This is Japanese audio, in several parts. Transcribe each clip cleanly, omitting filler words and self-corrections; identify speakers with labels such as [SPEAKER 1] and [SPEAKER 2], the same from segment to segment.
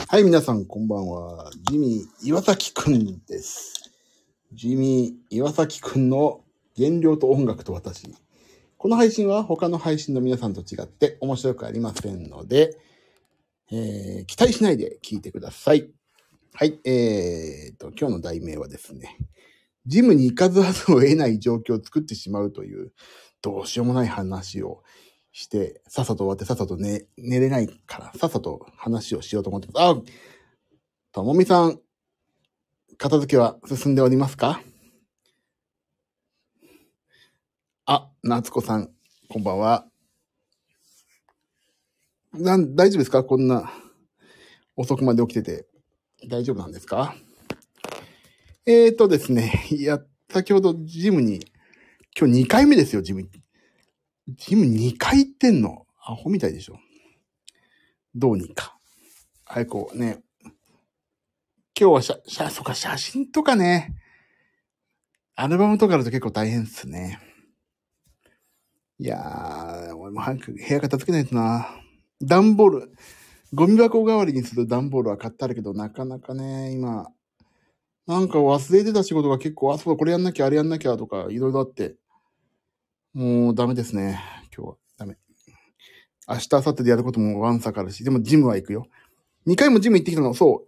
[SPEAKER 1] はい、皆さん、こんばんは。ジミー岩崎くんです。ジミー岩崎くんの原料と音楽と私。この配信は他の配信の皆さんと違って面白くありませんので、期待しないで聞いてください。はい、今日の題名はですね、ジムに行かずはずを得ない状況を作ってしまうという、どうしようもない話をして、さっさと終わってさっさと寝れないから、さっさと話をしようと思ってます。ともみさん、片付けは進んでおりますか？なつこさん、こんばんは。大丈夫ですか？こんな遅くまで起きてて。大丈夫なんですか？ですね。先ほどジムに、今日2回目ですよ、ジム2回行ってんの。アホみたいでしょ。どうにか。こうね。今日は写真とかね。アルバムとかだと結構大変っすね。いやー、俺も早く部屋片付けないとな。段ボール、ゴミ箱代わりにする段ボールは買ってあるけど、なかなかね、今、なんか忘れてた仕事が結構、そう、これやんなきゃ、あれやんなきゃとか、いろいろあって、もうダメですね。今日はダメ。明日、明後日でやることもワンサかあるし、でもジムは行くよ。2回もジム行ってきたの、そう、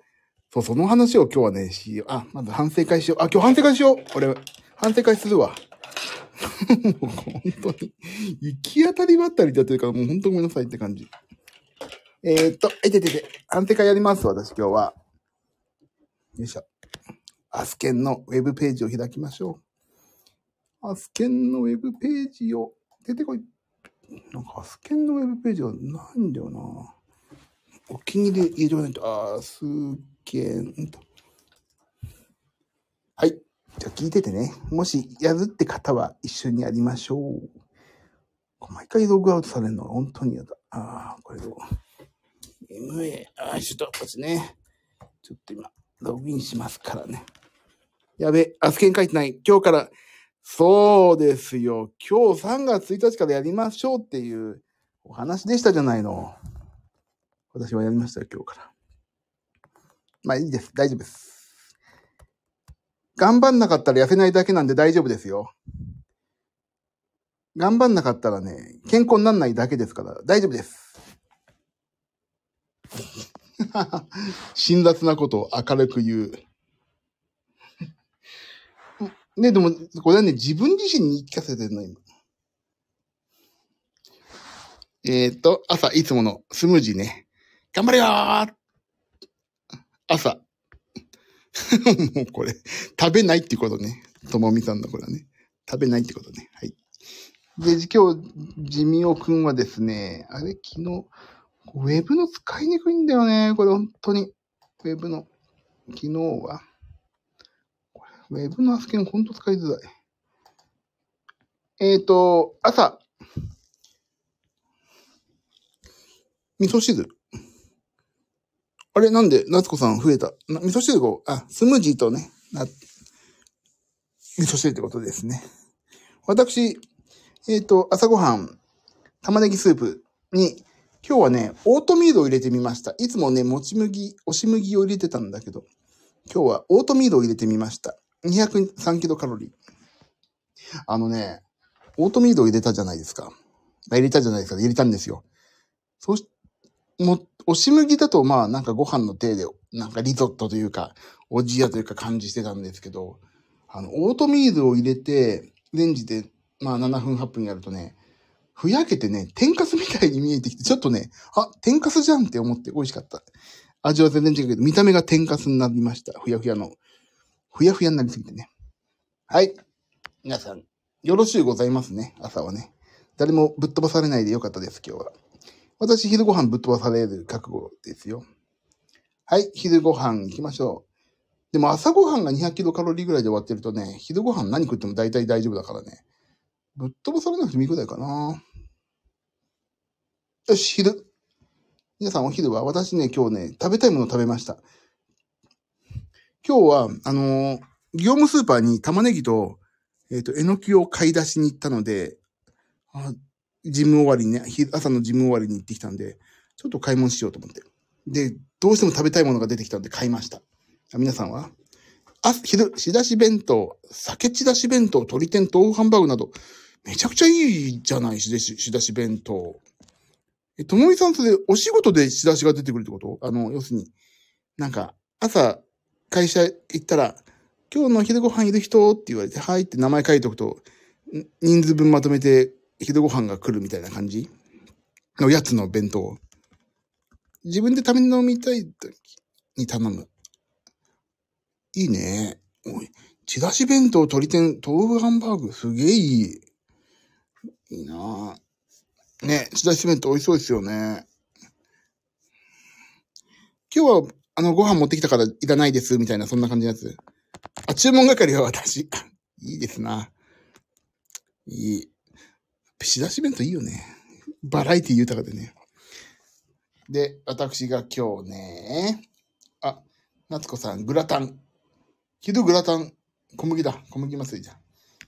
[SPEAKER 1] その話を今日はね、しよう。まず反省会しよう。今日反省会しよう。俺、反省会するわ。もう本当に、行き当たりばったりだってるから、もう本当ごめんなさいって感じ。反省会やります、私今日は。よいしょ。アスケンのウェブページを開きましょう。アスケンのウェブページを、出てこい。なんかアスケンのウェブページはないんだよな。お気に入り入れておかないと、アスケンと。はい。じゃあ聞いててね。もしやるって方は一緒にやりましょう。毎回ログアウトされるのは本当に嫌だ。これを。MA、ちょっと、こっちね。ちょっと今、ログインしますからね。やべ、アスケン書いてない。今日から、そうですよ。今日3月1日からやりましょうっていうお話でしたじゃないの。私はやりましたよ、今日から。まあいいです。大丈夫です。頑張んなかったら痩せないだけなんで大丈夫ですよ。頑張んなかったらね、健康にならないだけですから大丈夫です。辛辣なことを明るく言う。ね、でも、これはね、自分自身に言い聞かせてるの、今。朝、いつものスムージーね。頑張れよー。朝。もうこれ、食べないってことね。ともみさんのこれはね。食べないってことね。はい。で、今日、ジミオくんはですね、昨日、ウェブの使いにくいんだよね。これ本当に。ウェブの、昨日は。ウェブのアスケン本当使いづらい。朝、味噌汁。あれなんで、夏子さん増えた。味噌汁を、スムージーとね、味噌汁ってことですね。私、朝ごはん、玉ねぎスープに、今日はね、オートミールを入れてみました。いつもね、押し麦を入れてたんだけど、今日はオートミールを入れてみました。203キロカロリー。オートミールを入れたじゃないですか。入れたんですよ。押し麦だとなんかご飯の手で、なんかリゾットというか、おじやというか感じしてたんですけど、オートミールを入れて、レンジで、7分8分やるとね、ふやけてね、天かすみたいに見えてきて、ちょっとね、天かすじゃんって思って美味しかった。味は全然違うけど、見た目が天かすになりました。ふやふやになりすぎてね。はい。皆さん、よろしゅうございますね、朝はね。誰もぶっ飛ばされないでよかったです、今日は。私、昼ご飯ぶっ飛ばされる覚悟ですよ。はい、昼ご飯行きましょう。でも朝ご飯が200キロカロリーぐらいで終わってるとね、昼ご飯何食っても大体大丈夫だからね。ぶっ飛ばされなくてもいいぐらいかな。よし、昼。皆さんお昼は私ね、今日ね、食べたいもの食べました。今日は、業務スーパーに玉ねぎと、えのきを買い出しに行ったので、ジム終わりにね、朝のジム終わりに行ってきたんで、ちょっと買い物しようと思って。 で、どうしても食べたいものが出てきたので買いました。皆さんは昼、仕出し弁当、酒仕出し弁当、鶏天、豆腐ハンバーグなど、めちゃくちゃいいじゃない、仕出し弁当。ともみさん、それ、お仕事で仕出しが出てくるってこと？要するに、なんか、朝、会社行ったら、今日の昼ご飯いる人って言われて、はいって名前書いておくと、人数分まとめて昼ご飯が来るみたいな感じのやつの弁当。自分で食べ飲みたい時に頼む。いいね。おい、仕出し弁当、鶏天、豆腐ハンバーグ、すげえいい。いいなぁ。ね、仕出し弁当美味しそうですよね。今日は、ご飯持ってきたからいらないです、みたいな、そんな感じのやつ。注文係は私。いいですな。いい。仕出し弁当いいよね。バラエティ豊かでね。で、私が今日ね、夏子さん、グラタン。昼グラタン、小麦だ。小麦祭りじゃん。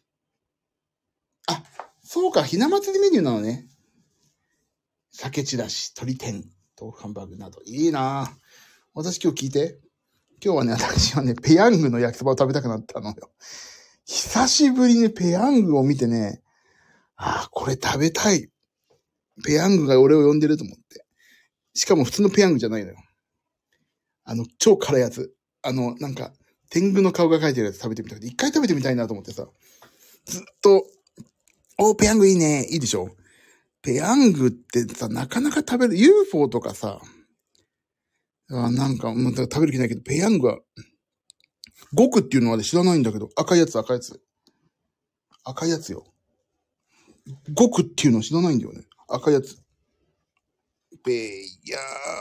[SPEAKER 1] そうか、ひな祭りメニューなのね。酒散らし、鶏天、豆腐ハンバーグなど。いいなぁ。私今日聞いて。今日はね、私はね、ペヤングの焼きそばを食べたくなったのよ。久しぶりにペヤングを見てね、これ食べたい。ペヤングが俺を呼んでると思って。しかも普通のペヤングじゃないのよ。超辛いやつ。なんか、天狗の顔が描いてるやつ食べてみたくて、一回食べてみたいなと思ってさ。ずっと、ペヤングいいね。いいでしょ？ペヤングってさ、なかなか食べる。UFO とかさ、なんか、もう食べる気ないけど、ペヤングは、ゴクっていうのはね、知らないんだけど、赤いやつ。赤いやつよ。ゴクっていうの知らないんだよね。赤いやつ。ペヤ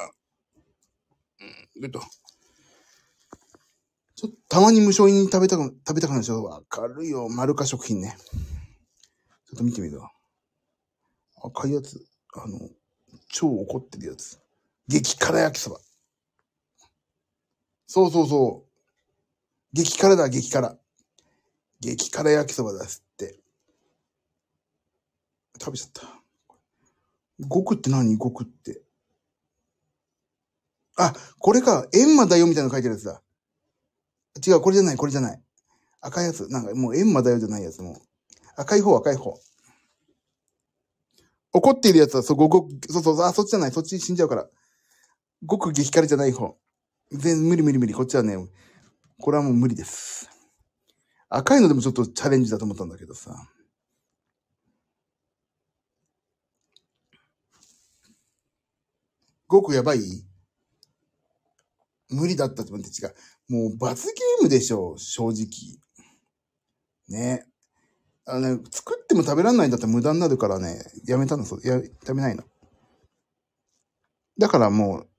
[SPEAKER 1] ー、たまに無償に食べたくなるでしょ。わかるよ。マルカ食品ね。ちょっと見てみるわ。赤いやつ。超怒ってるやつ。激辛焼きそば。そう。激辛だ、激辛。激辛焼きそばだすって。食べちゃった。ゴクって何？ゴクって。これか。エンマだよみたいなの書いてるやつだ。違う、これじゃない。赤いやつ。なんかもうエンマだよじゃないやつ。もう。赤い方。怒っているやつは、そう、そっちじゃない。そっち死んじゃうから。ごく激辛じゃない方。無理。こっちはね、これはもう無理です。赤いのでもちょっとチャレンジだと思ったんだけどさ。ごくやばい？無理だったと思って違う。もう罰ゲームでしょ、正直。ね。作っても食べらんないんだったら無駄になるからね、やめたの、食べないの。だからもう、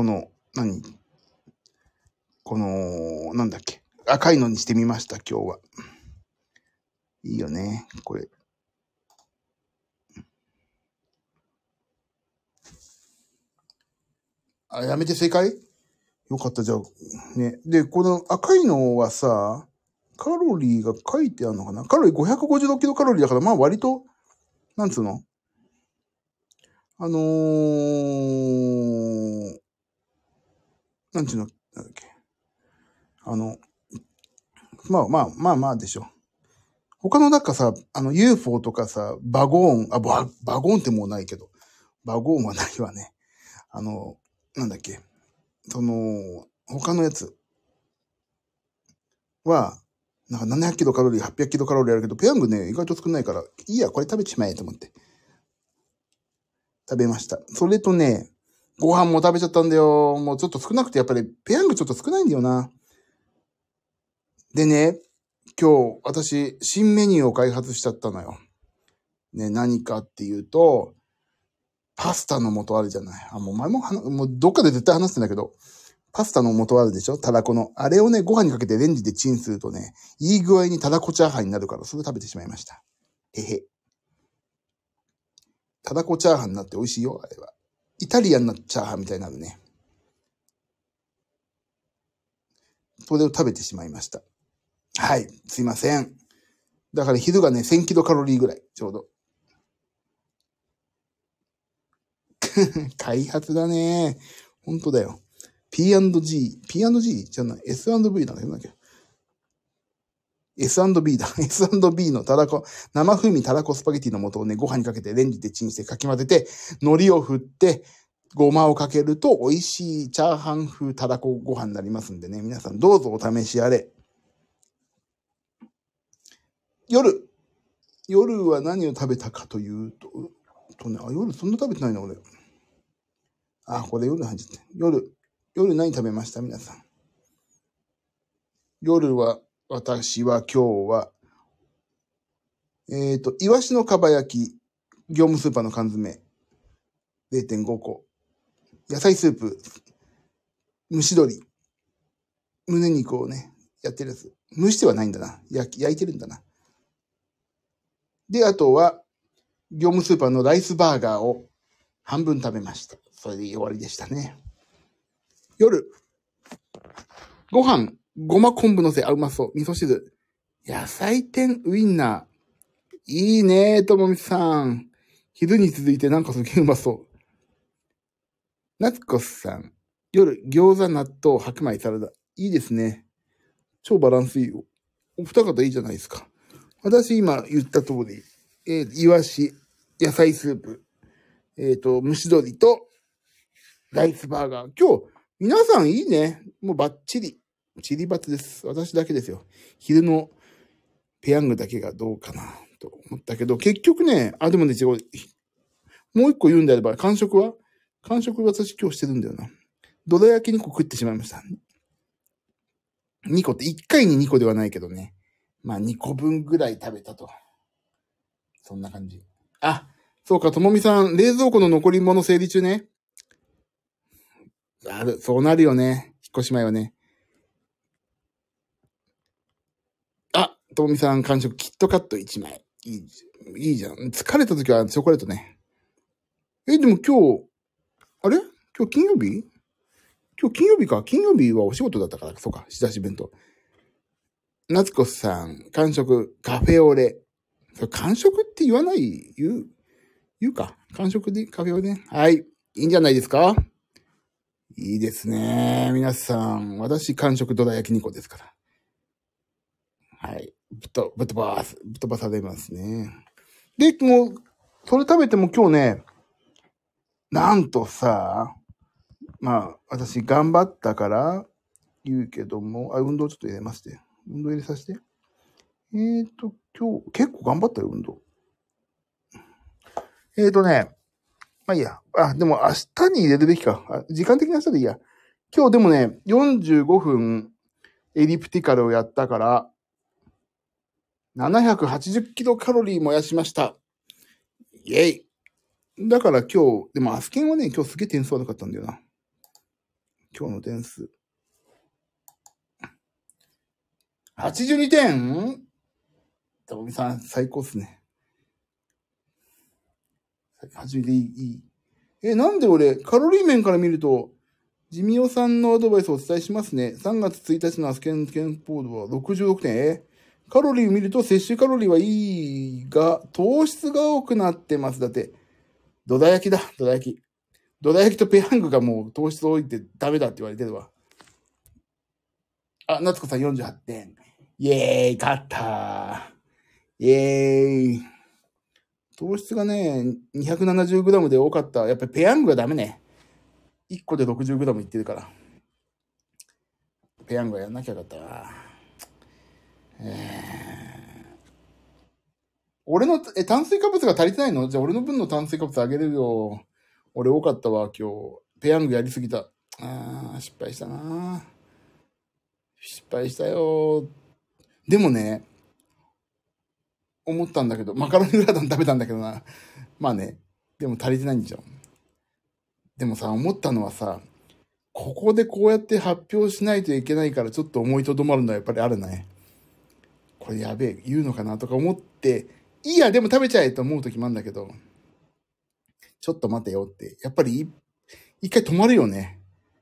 [SPEAKER 1] なんだっけ。赤いのにしてみました、今日は。いいよね、これ。やめて正解？よかった、じゃあ。ね。で、この赤いのはさ、カロリーが書いてあるのかな？カロリー556キロカロリーだから、まあ割と、なんつうの？なんちゅうの、なんだっけ。まあでしょ。他のなんかさ、UFO とかさ、バゴーン、バゴーンってもうないけど、バゴーンはないわね。なんだっけ。他のやつは、なんか700キロカロリー、800キロカロリーあるけど、ペヤングね、意外と少ないから、いいや、これ食べてしまえと思って。食べました。それとね、ご飯も食べちゃったんだよ。もうちょっと少なくて、やっぱりペヤングちょっと少ないんだよな。でね、今日、私、新メニューを開発しちゃったのよ。ね、何かっていうと、パスタの素あるじゃない。もう前もうどっかで絶対話してんだけど、パスタの素あるでしょ？たらこの。あれをね、ご飯にかけてレンジでチンするとね、いい具合にたらこチャーハンになるから、それ食べてしまいました。たらこチャーハンになって美味しいよ、あれは。イタリアンなチャーハンみたいになるね。それを食べてしまいました。はい、すいません。だから昼がね、1000キロカロリーぐらい、ちょうど。開発だね。 本当だよ。P&G じゃない。S&V なんだよ。なんだっけ。S&B だ。S&B の生風味たらこスパゲティの素をね、ご飯にかけてレンジでチンしてかき混ぜて、海苔を振って、ごまをかけると美味しいチャーハン風たらこご飯になりますんでね。皆さんどうぞお試しあれ。夜は何を食べたかというと、夜そんな食べてないな、俺。これ夜入っちゃって。夜何食べました皆さん。夜は、私は今日は、イワシのかば焼き、業務スーパーの缶詰、0.5 個。野菜スープ、蒸し鶏、胸肉をね、やってるやつ。蒸してはないんだな。焼いてるんだな。で、あとは、業務スーパーのライスバーガーを半分食べました。それで終わりでしたね。夜、ご飯、ごま昆布のせ、うまそう。味噌汁、野菜天ウインナー。いいねともみさん。昼に続いてなんかすげえうまそう。夏子さん。夜、餃子、納豆、白米、サラダ。いいですね。超バランスいいよ。お二方いいじゃないですか。私今言った通り、イワシ、野菜スープ、蒸し鶏と、ライスバーガー。今日、皆さんいいね。もうバッチリ。チリバツです。私だけですよ。昼のペヤングだけがどうかな、と思ったけど、結局ね、でもね、もう一個言うんであれば、完食私今日してるんだよな。どら焼き2個食ってしまいました。2個って、1回に2個ではないけどね。まあ2個分ぐらい食べたと。そんな感じ。そうか、ともみさん、冷蔵庫の残り物整理中ね。そうなるよね。引っ越し前はね。ともみさん、完食、キットカット1枚。いいじゃん。疲れた時はチョコレートね。でも今日、今日金曜日か。金曜日はお仕事だったから、そうか、仕出し弁当。夏子さん、完食、カフェオレ。完食って言わない言うか。完食でカフェオレね。はい。いいんじゃないですか？いいですね。皆さん、私、完食どら焼き2個ですから。はい。ぶっ飛ばされますね。で、もう、それ食べても今日ね、なんとさ、私頑張ったから言うけども、運動ちょっと入れまして。運動入れさせて。今日、結構頑張ったよ、運動。まあいいや。でも明日に入れるべきか。時間的な人でいいや。今日でもね、45分エリプティカルをやったから、780キロカロリー燃やしました。イェイ。だから今日、でもアスケンはね、今日すげえ点数悪かったんだよな。今日の点数。82点？たもみさん、最高っすね。82でいい。なんで俺、カロリー面から見ると、ジミオさんのアドバイスをお伝えしますね。3月1日のアスケンポードは66点。カロリーを見ると摂取カロリーはいいが、糖質が多くなってます。だって、どら焼きだ、どら焼き。どら焼きとペヤングがもう糖質多いってダメだって言われてるわ。夏子さん48点。イエーイ、勝ったー。イエーイ。糖質がね、270g で多かった。やっぱりペヤングがダメね。1個で 60g いってるから。ペヤングはやんなきゃよかったわ。俺の、炭水化物が足りてないの？じゃあ俺の分の炭水化物あげるよ。俺多かったわ、今日。ペヤングやりすぎた。失敗したな。失敗したよ。でもね、思ったんだけど、マカロニグラタン食べたんだけどな。まあね、でも足りてないんじゃん。でもさ、思ったのはさ、ここでこうやって発表しないといけないからちょっと思いとどまるのはやっぱりあるね。これやべえ、言うのかなとか思って、いいや、でも食べちゃえと思う時もあるんだけど、ちょっと待てよって、やっぱり一回止まるよね。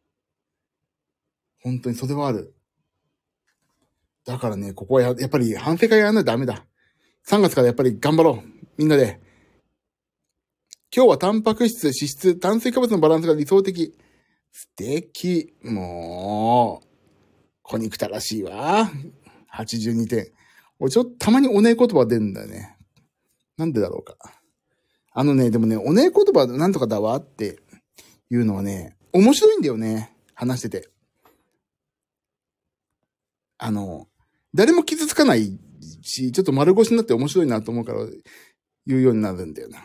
[SPEAKER 1] 本当にそれはある。だからね、ここはやっぱり反省会やらないとダメだ。3月からやっぱり頑張ろう。みんなで。今日はタンパク質、脂質、炭水化物のバランスが理想的。 素敵。もう、子憎たらしいわ。82点。俺ちょっとたまにおねえ言葉出るんだよね。なんでだろうか。でもね、おねえ言葉なんとかだわっていうのはね、面白いんだよね。話してて。誰も傷つかないし、ちょっと丸腰になって面白いなと思うから言うようになるんだよな。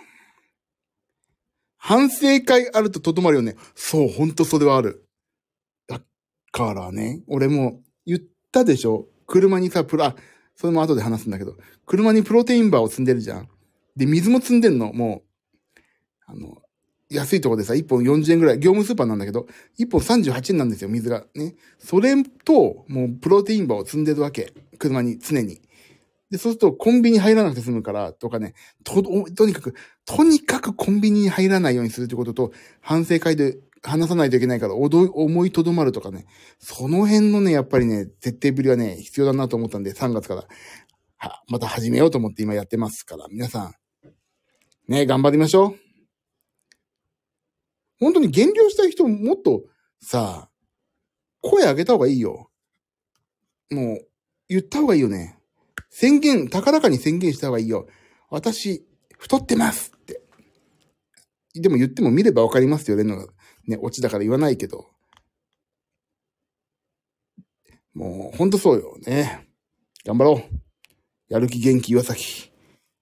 [SPEAKER 1] 反省会あるととどまるよね。そう、ほんとそれはある。だからね、俺も言ったでしょ。車にさ、それも後で話すんだけど、車にプロテインバーを積んでるじゃん。で、水も積んでんの。もう、安いとこでさ、1本40円ぐらい、業務スーパーなんだけど、1本38円なんですよ、水が。ね。それと、もうプロテインバーを積んでるわけ。車に、常に。で、そうすると、コンビニ入らなくて済むから、とかね、とにかくコンビニに入らないようにするってことと、反省会で話さないといけないから思いとどまるとかね、その辺のね、やっぱりね、徹底ぶりはね、必要だなと思ったんで、3月から、また始めようと思って今やってますから、皆さん、ね、頑張りましょう。本当に減量したい人もっと、さ、声上げた方がいいよ。もう、言った方がいいよね。高らかに宣言した方がいいよ。私、太ってますって。でも言っても見ればわかりますよね、ね、オチだから言わないけど。もう、ほんとそうよね。頑張ろう。やる気元気岩崎。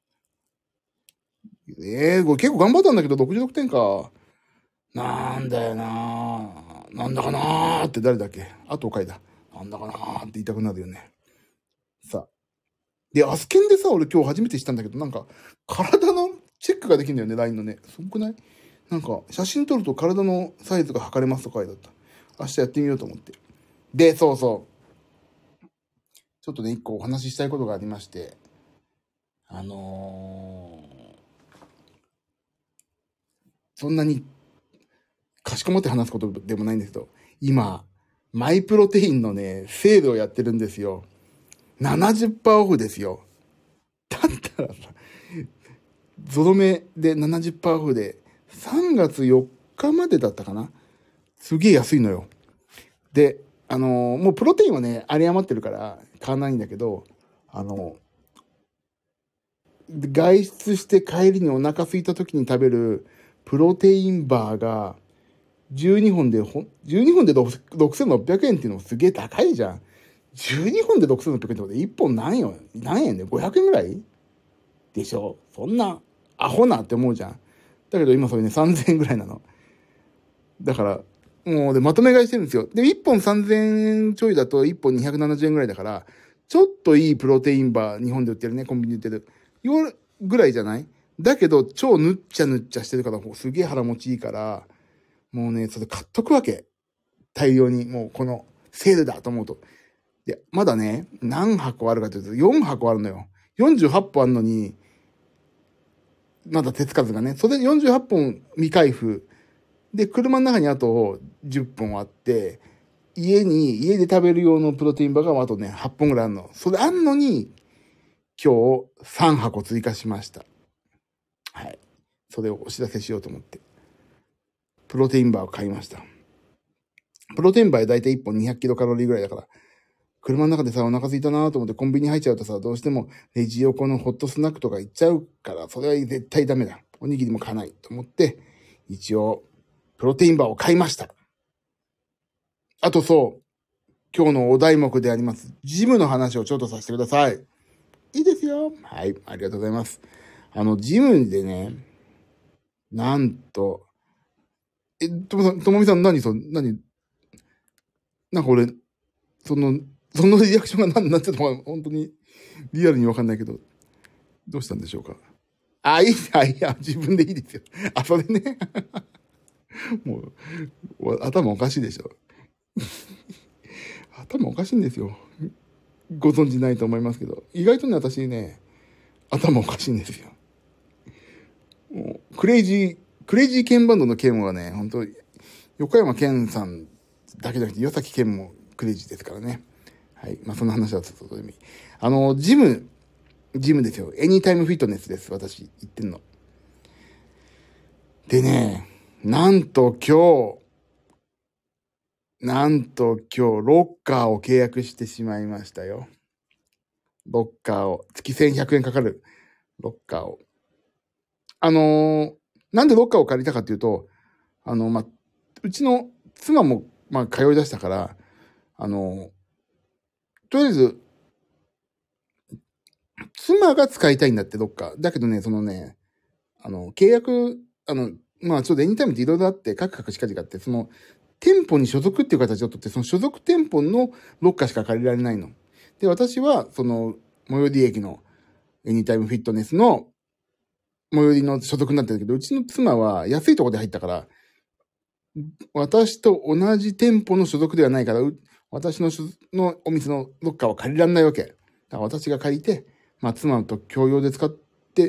[SPEAKER 1] これ結構頑張ったんだけど、66点か。なんだよななんだかなって誰だっけあと回だ。なんだかなって言いたくなるよね。さ。で、アスケンでさ、俺今日初めて知ったんだけど、なんか、体のチェックができるんだよね、LINE のね。すごくない？なんか、写真撮ると体のサイズが測れますとかだった。明日やってみようと思って。で、そうそう。ちょっとね、一個お話ししたいことがありまして、そんなにかしこまって話すことでもないんですけど、今、マイプロテインのね、セールをやってるんですよ。70%オフですよ。だったらさ、ゾロ目で70%オフで、3月4日までだったかな？すげえ安いのよ。で、もうプロテインはね、有り余ってるから買わないんだけど、外出して帰りにお腹空いた時に食べるプロテインバーが12本で6600円っていうのもすげえ高いじゃん。12本で6600円ってことで1本何円で500円ぐらいでしょ？そんなアホなって思うじゃん。だけど今それね3000円ぐらいなの。だから、もうでまとめ買いしてるんですよ。で、1本3000円ちょいだと1本270円ぐらいだから、ちょっといいプロテインバー、日本で売ってるね、コンビニで売ってる。ぐらいじゃない？だけど、超ぬっちゃしてるから、すげえ腹持ちいいから、もうね、それ買っとくわけ。大量に、もうこのセールだと思うと。で、まだね、何箱あるかというと、4箱あるのよ。48本あるのに、まだ手つかずがね、それで48本未開封。で、車の中にあと10本あって、家で食べる用のプロテインバーがあとね、8本ぐらいあるの。それあんのに、今日3箱追加しました。はい。それをお知らせしようと思って。プロテインバーを買いました。プロテインバーだいたい1本200キロカロリーぐらいだから、車の中でさ、お腹空いたなと思ってコンビニ入っちゃうとさ、どうしてもレジ横のホットスナックとか行っちゃうから、それは絶対ダメだ。おにぎりも買わないと思って、一応、プロテインバーを買いました。あとそう、今日のお題目であります、ジムの話をちょっとさせてください。いいですよ。はい、ありがとうございます。ジムでね、なんと、ともみさん何なんか俺、そのリアクションがなんていうのか本当にリアルにわかんないけど、どうしたんでしょうか。いや、自分でいいですよ。それね。もう、頭おかしいでしょ。頭おかしいんですよ。ご存知ないと思いますけど。意外とね、私ね、頭おかしいんですよ。もうクレイジーケンバンドのケンはね、本当横山健さんだけじゃなくて、岩崎健もクレイジーですからね。はい。まあ、そんな話はちょっとでもいい。ジムですよ。エニータイムフィットネスです。私、言ってんの。でね、なんと今日、 なんと今日ロッカーを契約してしまいましたよ。ロッカーを、月1100円かかるロッカーを。なんでロッカーを借りたかっていうと、うちの妻も、通い出したから、とりあえず、妻が使いたいんだって、ロッカー。だけどね、契約、ちょっとエニタイムっていろいろあって、カクカクしかじがあって、店舗に所属っていう形をとって、その所属店舗のロッカーしか借りられないの。で、私は、最寄り駅のエニタイムフィットネスの最寄りの所属になってるけど、うちの妻は安いところで入ったから、私と同じ店舗の所属ではないから、私のお店のロッカーは借りられないわけ。だから私が借りて、妻と共用で使って、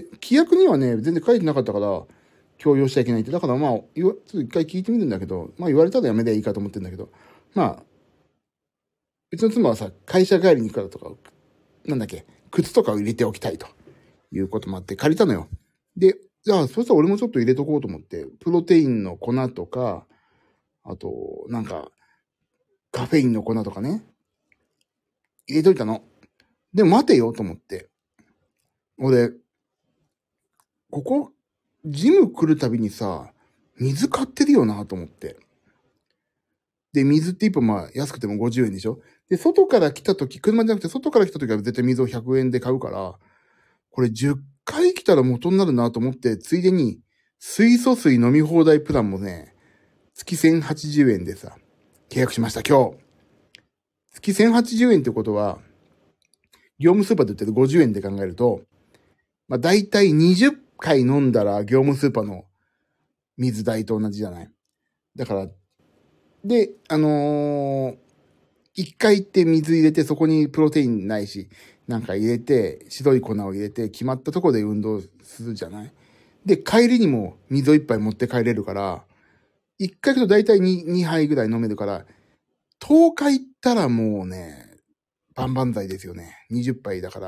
[SPEAKER 1] 規約にはね、全然書いてなかったから、共用しちゃいけないって。だからちょっと一回聞いてみるんだけど、言われたらやめりゃいいかと思ってるんだけど、うちの妻はさ、会社帰りに行くからとか、靴とかを入れておきたいということもあって借りたのよ。で、じゃあ、そしたら俺もちょっと入れとこうと思って、プロテインの粉とか、あと、カフェインの粉とかね、入れといたの。でも待てよと思って。俺、ジム来るたびにさ、水買ってるよなと思って。で、水って一本安くても50円でしょ。で、外から来た時、車じゃなくて外から来た時は絶対水を100円で買うから、これ10回来たら元になるなと思って、ついでに、水素水飲み放題プランもね、月1080円でさ、契約しました、今日。月1080円ってことは、業務スーパーで売ってる50円で考えると、だいたい20回飲んだら業務スーパーの水代と同じじゃない。だから、で、1回行って水入れて、そこにプロテインないし、入れて、白い粉を入れて、決まったところで運動するじゃない。で、帰りにも水を1杯持って帰れるから、1回行くとだいたい2杯ぐらい飲めるから、10日行ったらもうね、万々歳ですよね。20杯だから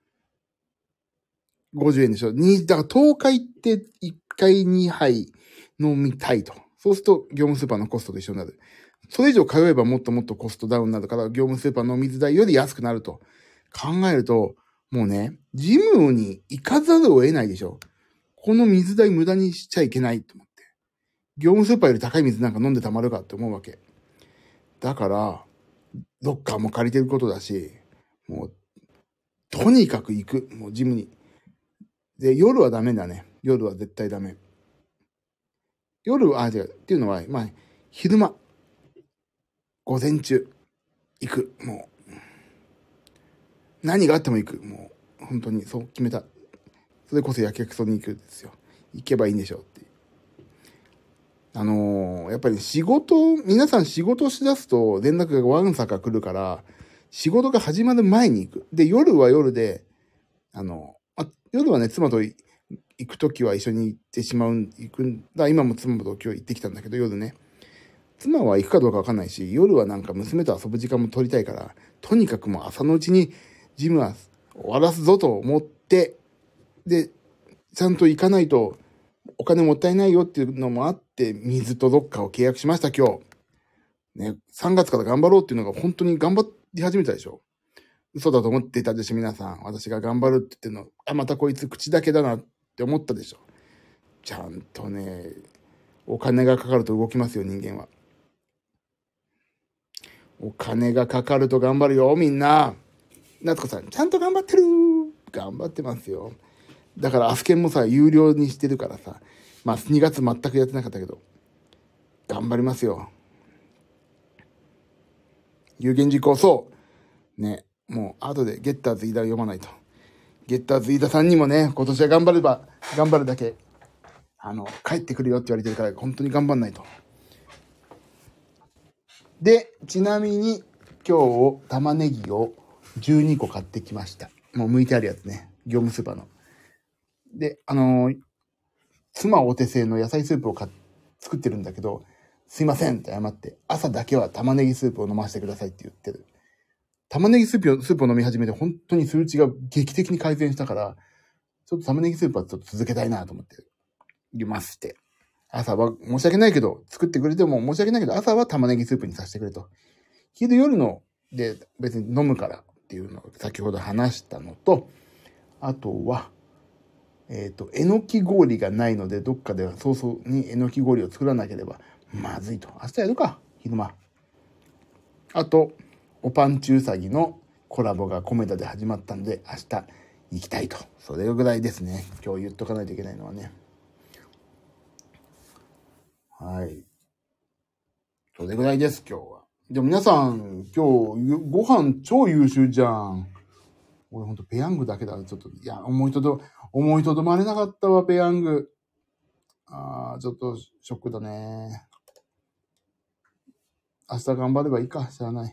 [SPEAKER 1] 。50円でしょ。だから10日行って1回2杯飲みたいと。そうすると業務スーパーのコストと一緒になる。それ以上通えばもっともっとコストダウンになるから、業務スーパーの水代より安くなると考えると、もうね、ジムに行かざるを得ないでしょ。この水代無駄にしちゃいけないと思って。業務スーパーより高い水なんか飲んでたまるかって思うわけ。だから、ロッカーも借りてることだし、もう、とにかく行く。もうジムに。で、夜はダメだね。夜は絶対ダメ。違う。っていうのは、昼間、午前中、行く。もう、何があっても行く。もう、本当にそう決めた。それこそやけくそに行くんですよ。行けばいいんでしょうっていう。やっぱり皆さん仕事しだすと連絡がわんさか来るから、仕事が始まる前に行く。で、夜は夜で、夜はね、妻と行くときは一緒に行くんだ。今も妻と今日行ってきたんだけど、夜ね。妻は行くかどうかわかんないし、夜は娘と遊ぶ時間も取りたいから、とにかくもう朝のうちにジムは終わらすぞと思って、で、ちゃんと行かないとお金もったいないよっていうのもあって、水とロッカーを契約しました、今日。ね、3月から頑張ろうっていうのが本当に頑張り始めたでしょ。嘘だと思っていたでしょ、皆さん。私が頑張るって言っての、またこいつ口だけだなって思ったでしょ。ちゃんとね、お金がかかると動きますよ、人間は。お金がかかると頑張るよ、みんな。夏子さん、ちゃんと頑張ってる。頑張ってますよ。だからアスケンもさ、有料にしてるからさ、2月全くやってなかったけど、頑張りますよ。有言実行、そう。ね、もう後でゲッターズ飯田を読まないと。ゲッターズ飯田さんにもね、今年は頑張るだけ、帰ってくるよって言われてるから、本当に頑張んないと。で、ちなみに、今日、玉ねぎを12個買ってきました。もう剥いてあるやつね。業務スーパーの。で、妻お手製の野菜スープを作ってるんだけど、すいませんって謝って、朝だけは玉ねぎスープを飲ませてくださいって言ってる。玉ねぎスープを飲み始めて本当に数値が劇的に改善したから、ちょっと玉ねぎスープはちょっと続けたいなと思って、いますって。 朝は申し訳ないけど、作ってくれても申し訳ないけど、朝は玉ねぎスープにさせてくれと。昼夜ので別に飲むからっていうのを先ほど話したのと、あとは、えのき氷がないので、どっかでは早々にえのき氷を作らなければまずいと。明日やるか、昼間。あと、おパンチウサギのコラボがコメダで始まったんで、明日行きたいと。それぐらいですね。今日言っとかないといけないのはね。はい。それぐらいです、今日は。でも皆さん、今日ご飯超優秀じゃん。俺ほんとペヤングだけだ。ちょっと、いや、思いとどまれなかったわ、ペヤング。ちょっとショックだね。明日頑張ればいいか、知らない。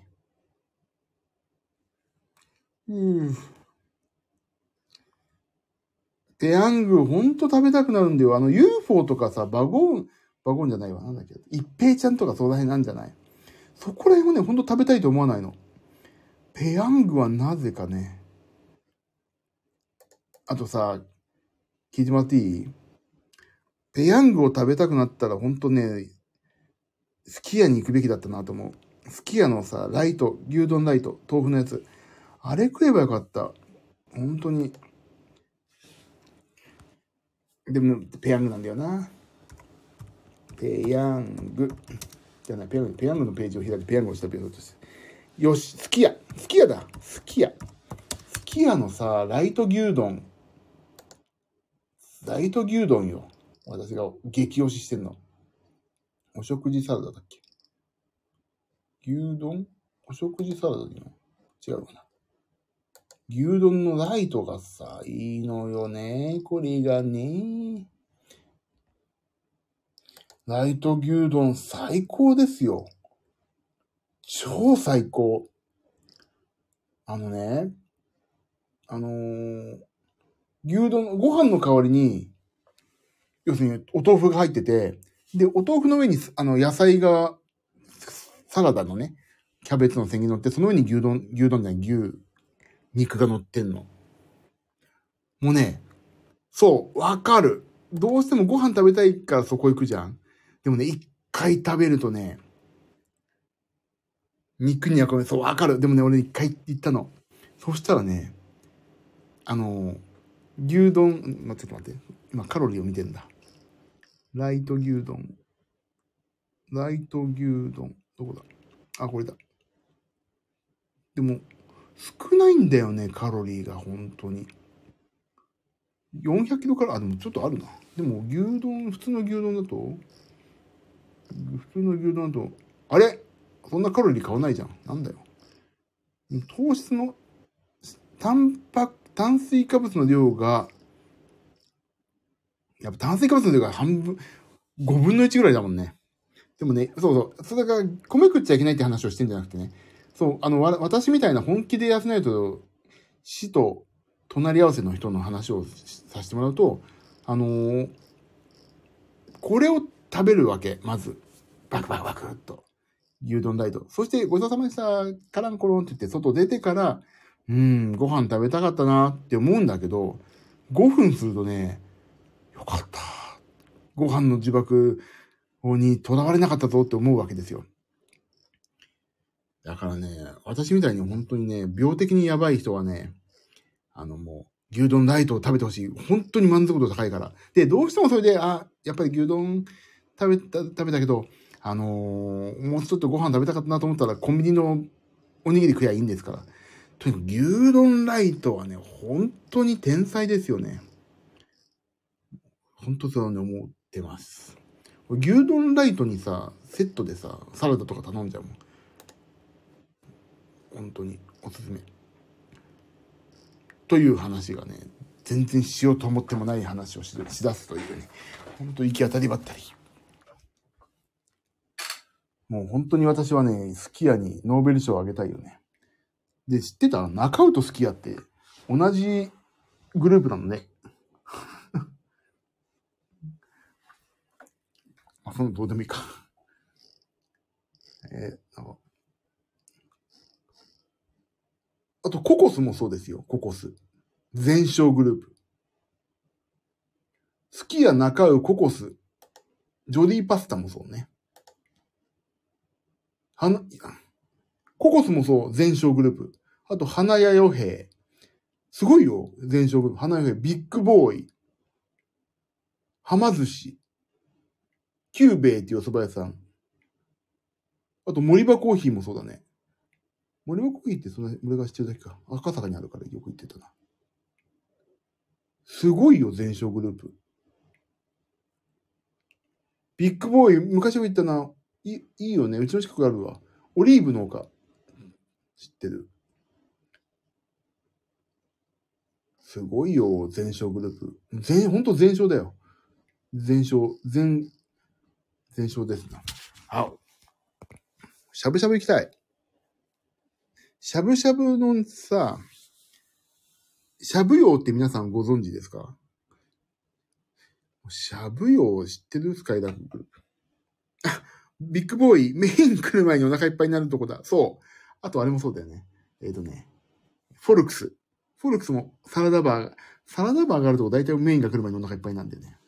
[SPEAKER 1] ペヤングほんと食べたくなるんだよ。UFO とかさ、バゴンじゃないわ。なんだっけ。一平ちゃんとかそこら辺なんじゃない？そこら辺はね、ほんと食べたいと思わないの。ペヤングはなぜかね。あとさ、聞いてもらっていい？ペヤングを食べたくなったらほんとね、すき家に行くべきだったなと思う。すき家のさ、牛丼ライト、豆腐のやつ。あれ食えばよかった。本当に。でも、ペヤングなんだよな。ペヤング。じゃない、ペヤングのページを開いて、ペヤングを調べようとして。よし、すき家だ。すき家のさ、ライト牛丼よ。私が激推ししてんの。お食事サラダだっけ？牛丼？お食事サラダだよ。違うかな。牛丼のライトがさ、いいのよね。これがね。ライト牛丼最高ですよ。超最高。牛丼、ご飯の代わりに、要するにお豆腐が入ってて、で、お豆腐の上に、野菜が、サラダのね、キャベツの千切り乗って、その上に牛丼じゃない、肉が乗ってんの。もうね、そう、わかる。どうしてもご飯食べたいからそこ行くじゃん。でもね、一回食べるとね、肉にはこれ、そう、わかる。でもね、俺一回行ったの。そしたらね、牛丼、ちょっと待って。今カロリーを見てんだ。ライト牛丼。どこだ？これだ。でも、少ないんだよね、カロリーが、本当に。400キロから、でもちょっとあるな。でも、普通の牛丼だと、あれ？そんなカロリー変わんないじゃん。なんだよ。糖質の、炭水化物の量が、やっぱ炭水化物の量が半分、5分の1ぐらいだもんね。でもね、それが米食っちゃいけないって話をしてんじゃなくてね。そう、私みたいな本気で痩せないと、死と隣り合わせの人の話をさせてもらうと、これを食べるわけ、まず。バクバクバクっと。牛丼ライト。そして、ごちそうさまでした。カランコロンって言って、外出てから、ご飯食べたかったなって思うんだけど、5分するとね、よかった。ご飯の呪縛にとらわれなかったぞって思うわけですよ。だからね、私みたいに本当にね、病的にやばい人はね、もう、牛丼ライトを食べてほしい。本当に満足度高いから。で、どうしてもそれで、やっぱり牛丼食べたけど、もうちょっとご飯食べたかったなと思ったら、コンビニのおにぎり食えばいいんですから。とにかく牛丼ライトはね、本当に天才ですよね。本当そうね、思ってます。牛丼ライトにさ、セットでさ、サラダとか頼んじゃうもん。本当におすすめ。という話がね、全然しようと思ってもない話をしだすというね、本当行き当たりばったり。もう本当に私はね、すき家にノーベル賞をあげたいよね。で、知ってた？中尾とすき家って同じグループなのね。そのどうでもいいか。あと、ココスもそうですよ、ココス。全商グループ。すき家、中尾、ココス。 ジョディパスタもそうね。ココスもそう、全商グループ。あと、花屋与兵。すごいよ、全商グループ。花屋与兵、ビッグボーイ、はま寿司、キューベイっていうお蕎麦屋さん。あと、森場コーヒーもそうだね。森場コーヒーって俺が知ってるだけか。赤坂にあるからよく行ってたな。すごいよ、全商グループ。ビッグボーイ、昔も言ったな。いいよね。うちの近くあるわ。オリーブの丘。知ってる。すごいよ、全商グループ。ほんと全商だよ。全商ですな。あ、しゃぶしゃぶ行きたい。しゃぶしゃぶのさ、しゃぶ用って皆さんご存知ですか？しゃぶ用知ってる？スカイラークグループ。あ、ビッグボーイ、メイン来る前にお腹いっぱいになるとこだ。そう。あとあれもそうだよね。フォルクス。フォルクスもサラダバーがあるとこ大体メインが来る前にお腹いっぱいなんでね。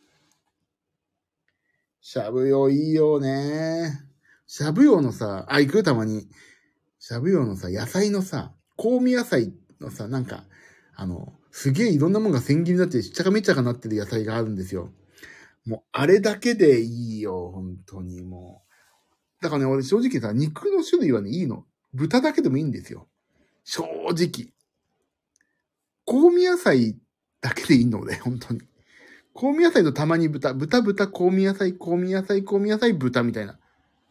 [SPEAKER 1] しゃぶ用いいよね。しゃぶ用のさ、行くたまに。しゃぶ用のさ、野菜のさ、香味野菜のさ、なんか、すげえいろんなもんが千切りになって、しっちゃかめっちゃかなってる野菜があるんですよ。もう、あれだけでいいよ、本当にもう。だからね、俺正直さ、肉の種類はね、いいの。豚だけでもいいんですよ。正直。香味野菜だけでいいので、本当に。香味野菜とたまに豚、香味野菜、香味野菜、豚みたいな。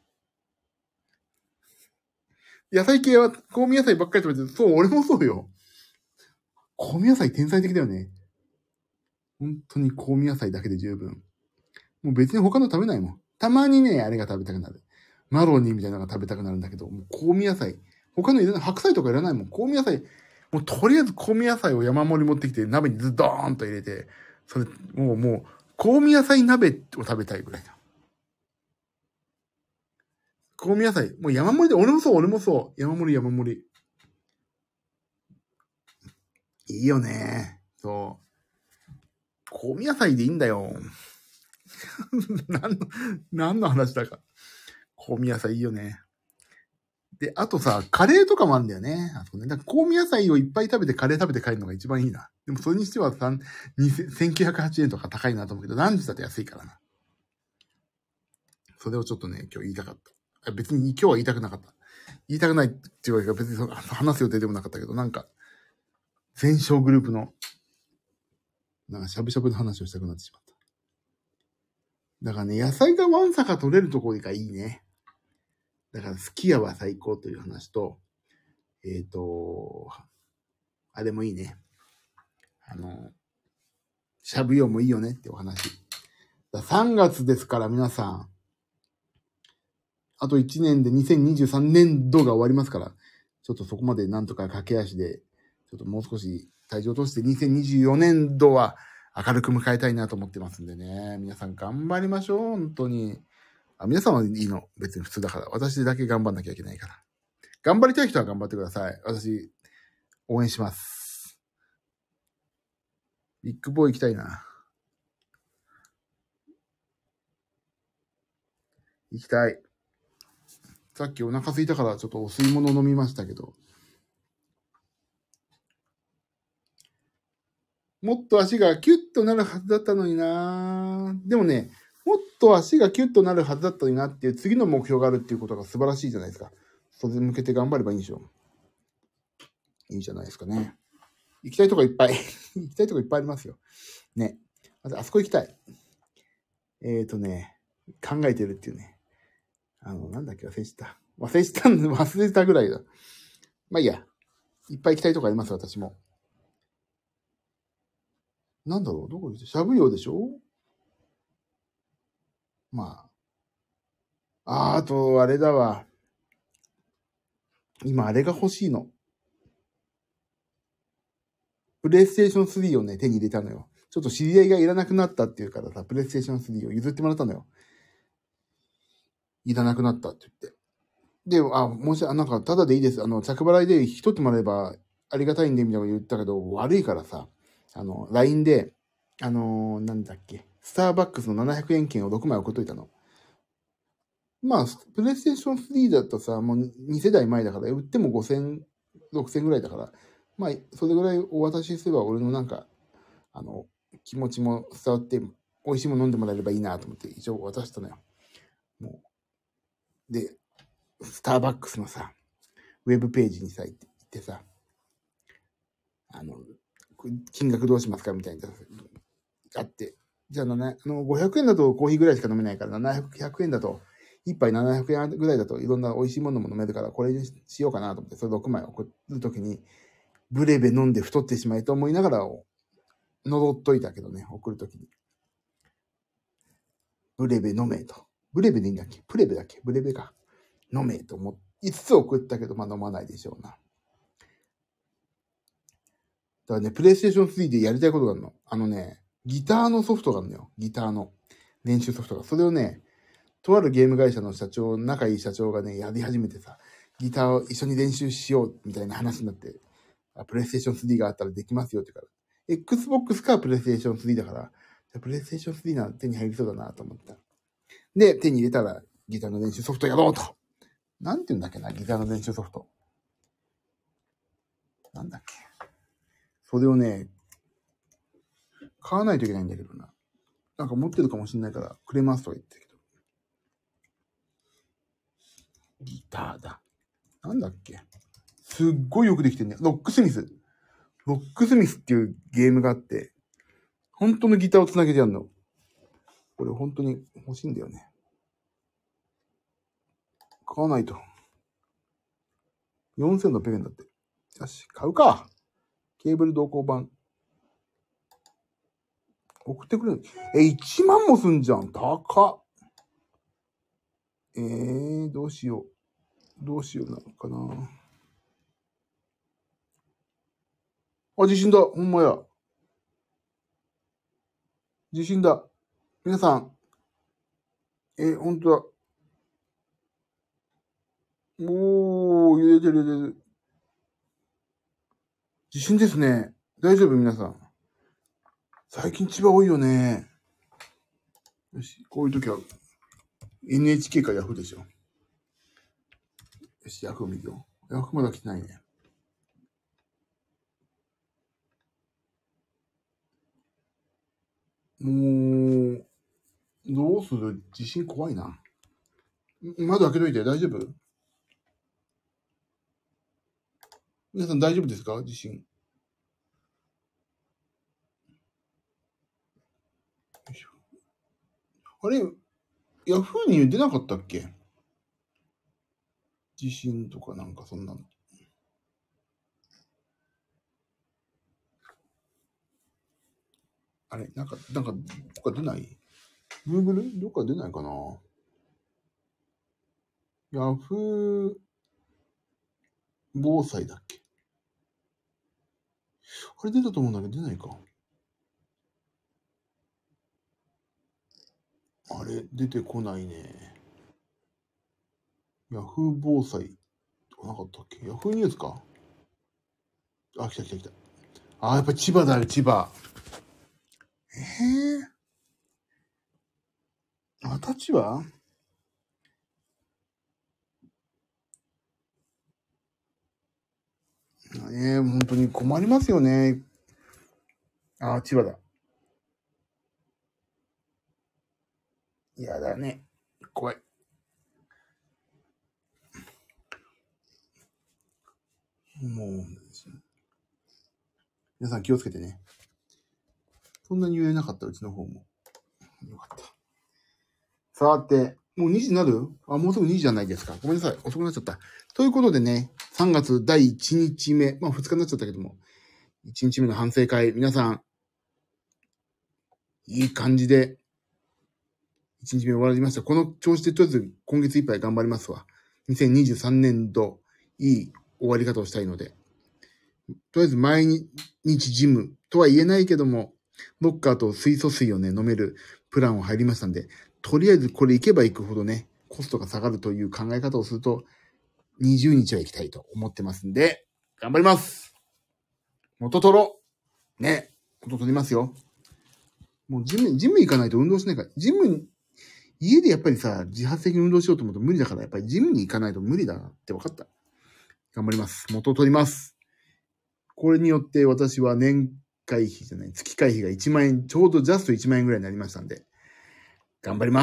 [SPEAKER 1] 野菜系は香味野菜ばっかり食べてる。そう、俺もそうよ。香味野菜天才的だよね。本当に香味野菜だけで十分。もう別に他の食べないもん。たまにね、あれが食べたくなる。マロニーみたいなのが食べたくなるんだけど、もう香味野菜。他のいらない、白菜とかいらないもん。香味野菜。もうとりあえず香味野菜を山盛り持ってきて、鍋にズドーンと入れて、それ、もう、香味野菜鍋を食べたいぐらいだ。香味野菜。もう山盛りで、俺もそう。山盛り。いいよね。そう。香味野菜でいいんだよ。何の話だか。香味野菜いいよね。で、あとさ、カレーとかもあるんだよね。あそこね。だから香味野菜をいっぱい食べてカレー食べて帰るのが一番いいな。でもそれにしては1980円とか高いなと思うけど、ランチだと安いからな。それをちょっとね、今日言いたかった。別に今日は言いたくなかった。言いたくないっていうわけが別に話す予定でもなかったけど、なんか、全商グループの、なんかしゃぶしゃぶの話をしたくなってしまった。だからね、野菜がわんさか取れるところがいいね。だから、すき家は最高という話と、あれもいいね。しゃぶ用もいいよねってお話。3月ですから皆さん、あと1年で2023年度が終わりますから、ちょっとそこまでなんとか駆け足で、ちょっともう少し体重を落として2024年度は明るく迎えたいなと思ってますんでね。皆さん頑張りましょう、本当に。皆さんはいいの。別に普通だから。私だけ頑張んなきゃいけないから。頑張りたい人は頑張ってください。私、応援します。ビッグボーイ行きたいな。行きたい。さっきお腹空いたからちょっとお吸い物飲みましたけど。もっと足がキュッとなるはずだったのにな。でもね、もっと足がキュッとなるはずだったのになっていう次の目標があるっていうことが素晴らしいじゃないですか。それに向けて頑張ればいいんでしょ。いいじゃないですかね。行きたいとこいっぱい。行きたいとこいっぱいありますよ。ね。まずあそこ行きたい。考えてるっていうね。なんだっけ忘れたぐらいだ。まあいいや。いっぱい行きたいとこあります、私も。なんだろうどこ行ってしゃぶ用でしょ。まあ。あと、あれだわ。今、あれが欲しいの。プレイステーション3をね、手に入れたのよ。ちょっと知り合いがいらなくなったっていうからさ、プレイステーション3を譲ってもらったのよ。いらなくなったって言って。で、なんか、ただでいいです。着払いで引き取ってもらえばありがたいんで、みたいなこと言ったけど、悪いからさ、LINE で、なんだっけ、スターバックスの700円券を6枚送っといたの。 まあ、プレイステーション3だとさ、もう2世代前だから、売っても5000、6000ぐらいだから、まあ、それぐらいお渡しすれば俺のなんか、気持ちも伝わって、美味しいもの飲んでもらえればいいなと思って一応渡したのよ。もう。で、スターバックスのさ、ウェブページにさ、行ってさ、金額どうしますかみたいな、あって。じゃあ、500円だとコーヒーぐらいしか飲めないから、700円だと、1杯700円ぐらいだといろんな美味しいものも飲めるから、これにしようかなと思って、それ6枚送るときに、ブレベ飲んで太ってしまいと思いながら、呪っといたけどね、送るときに。ブレベ飲めと。ブレベでいいんだっけプレベだっけブレベか。飲めと思って、5つ送ったけど、まあ飲まないでしょうな。だからね、プレイステーション3でやりたいことがあるの。ギターのソフトがあるのよ。ギターの練習ソフトが。それをね、とあるゲーム会社の仲いい社長がね、やり始めてさ、ギターを一緒に練習しようみたいな話になって、プレイステーション3があったらできますよって言うから、Xbox かプレイステーション3だから、プレイステーション3なら手に入りそうだなと思った。で、手に入れたらギターの練習ソフトやろうと。なんて言うんだっけな、ギターの練習ソフト。なんだっけ。それをね、買わないといけないんだけどな。なんか持ってるかもしれないから、くれますとか言ってるけど。ギターだ。なんだっけ。すっごいよくできてんね。ロックスミスっていうゲームがあって、本当のギターをつなげてやるの。これ本当に欲しいんだよね。買わないと。4600円だって。よし、買うか。ケーブル同梱版。送ってくれる。1万もすんじゃん。高っ。どうしよう。どうしようなのかな。あ、地震だ。ほんまや。地震だ。皆さん。ほんとだ。おー、揺れてる揺れてる。地震ですね。大丈夫皆さん。最近千葉多いよね。よし、こういう時は NHK か Yahoo でしょ。よし、Yahoo 見るよ。Yahoo まだ来てないね。もう、どうする？地震怖いな。窓開けといて大丈夫？皆さん大丈夫ですか？地震。よいしょ。あれ、Yahoo に出なかったっけ？地震とかなんかそんなの。あれなんか、どっか出ない？ Google？ どっか出ないかな？ Yahoo 防災だっけ？あれ出たと思うんだけど出ないか。あれ出てこないね。Yahoo 防災とかなかったっけ？ Yahoo ニュースか？あ、来た来た来た。あ、やっぱ千葉だよ、千葉。また千葉？本当に困りますよね。あ、千葉だ。やだね。怖い。もう、皆さん気をつけてね。そんなに揺れなかった、うちの方も。よかった。さて、もう2時になる？もうすぐ2時じゃないですか。ごめんなさい。遅くなっちゃった。ということでね、3月第1日目。2日になっちゃったけども、1日目の反省会。皆さん、いい感じで、1日目終わりました。この調子でとりあえず今月いっぱい頑張りますわ。2023年度、いい終わり方をしたいので。とりあえず毎日ジムとは言えないけども、ロッカーと水素水をね、飲めるプランを入りましたんで、とりあえずこれ行けば行くほどね、コストが下がるという考え方をすると、20日は行きたいと思ってますんで、頑張ります。元取ろう。ね、元取りますよ。もうジム行かないと運動しないから。ジム家でやっぱりさ、自発的に運動しようと思うと無理だから、やっぱりジムに行かないと無理だなって分かった。頑張ります。元を取ります。これによって私は月会費が1万円、ちょうどジャスト1万円ぐらいになりましたんで、頑張ります。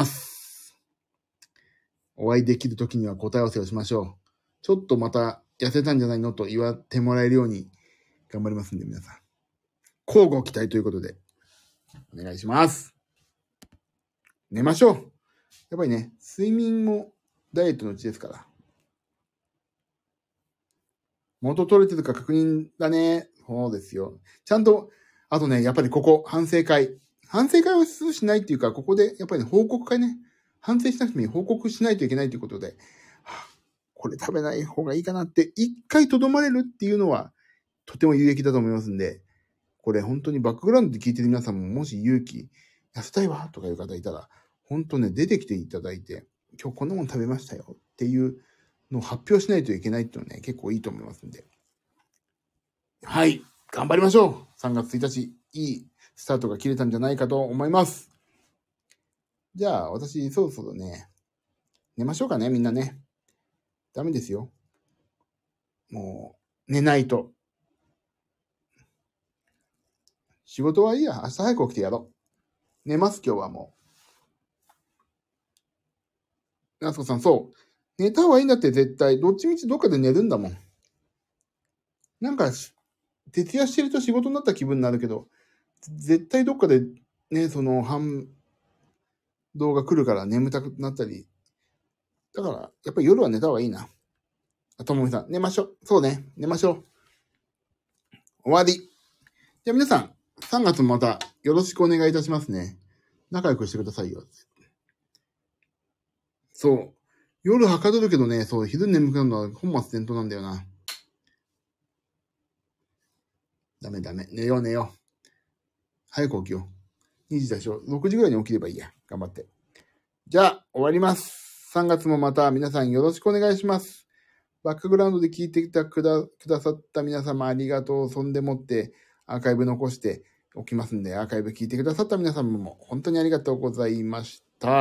[SPEAKER 1] お会いできる時には答え合わせをしましょう。ちょっとまた痩せたんじゃないのと言われてもらえるように頑張りますんで、皆さん。交互期待ということで、お願いします。寝ましょう。やっぱりね、睡眠もダイエットのうちですから。元取れてるか確認だね。そうですよ。ちゃんと、あとね、やっぱりここ、反省会。反省会をしないっていうか、ここで、やっぱりね、報告会ね。反省しなくても報告しないといけないということで、これ食べない方がいいかなって、一回とどまれるっていうのは、とても有益だと思いますんで、これ本当にバックグラウンドで聞いてる皆さんも、もし勇気、痩せたいわとかいう方いたら、本当ね、出てきていただいて、今日こんなもの食べましたよっていうのを発表しないといけないっていうのはね、結構いいと思いますんで。はい、頑張りましょう。3月1日、いいスタートが切れたんじゃないかと思います。じゃあ、私、そろそろね、寝ましょうかね、みんなね。ダメですよ。もう、寝ないと。仕事はいいや。明日早く起きてやろう。寝ます、今日はもう。夏子さん、そう。寝た方がいいんだって絶対。どっちみちどっかで寝るんだもん。なんか、徹夜してると仕事になった気分になるけど、絶対どっかでね、その反動が来るから眠たくなったり。だから、やっぱり夜は寝た方がいいな。ともみさん、寝ましょう。そうね、寝ましょう。終わり。じゃあ皆さん、3月もまたよろしくお願いいたしますね。仲良くしてくださいよ。そう。夜はかどるけどね、そう、昼眠くなるのは本末転倒なんだよな。ダメ。寝よう。早く起きよう。2時でしょ。6時ぐらいに起きればいいや。頑張って。じゃあ、終わります。3月もまた皆さんよろしくお願いします。バックグラウンドで聞いてくださった皆様ありがとう。そんでもってアーカイブ残しておきますんで、アーカイブ聞いてくださった皆様も本当にありがとうございました。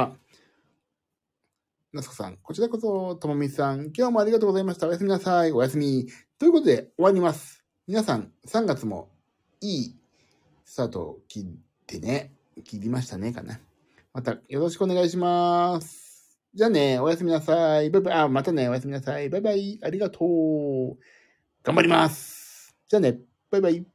[SPEAKER 1] なすこさん、こちらこそ、ともみさん、今日もありがとうございました。おやすみなさい。おやすみ。ということで終わります。皆さん、3月もいいスタートを切りましたね、かな。またよろしくお願いします。じゃあね、おやすみなさい。バイバイ。またね、おやすみなさい。バイバイ。ありがとう。頑張ります。じゃあね、バイバイ。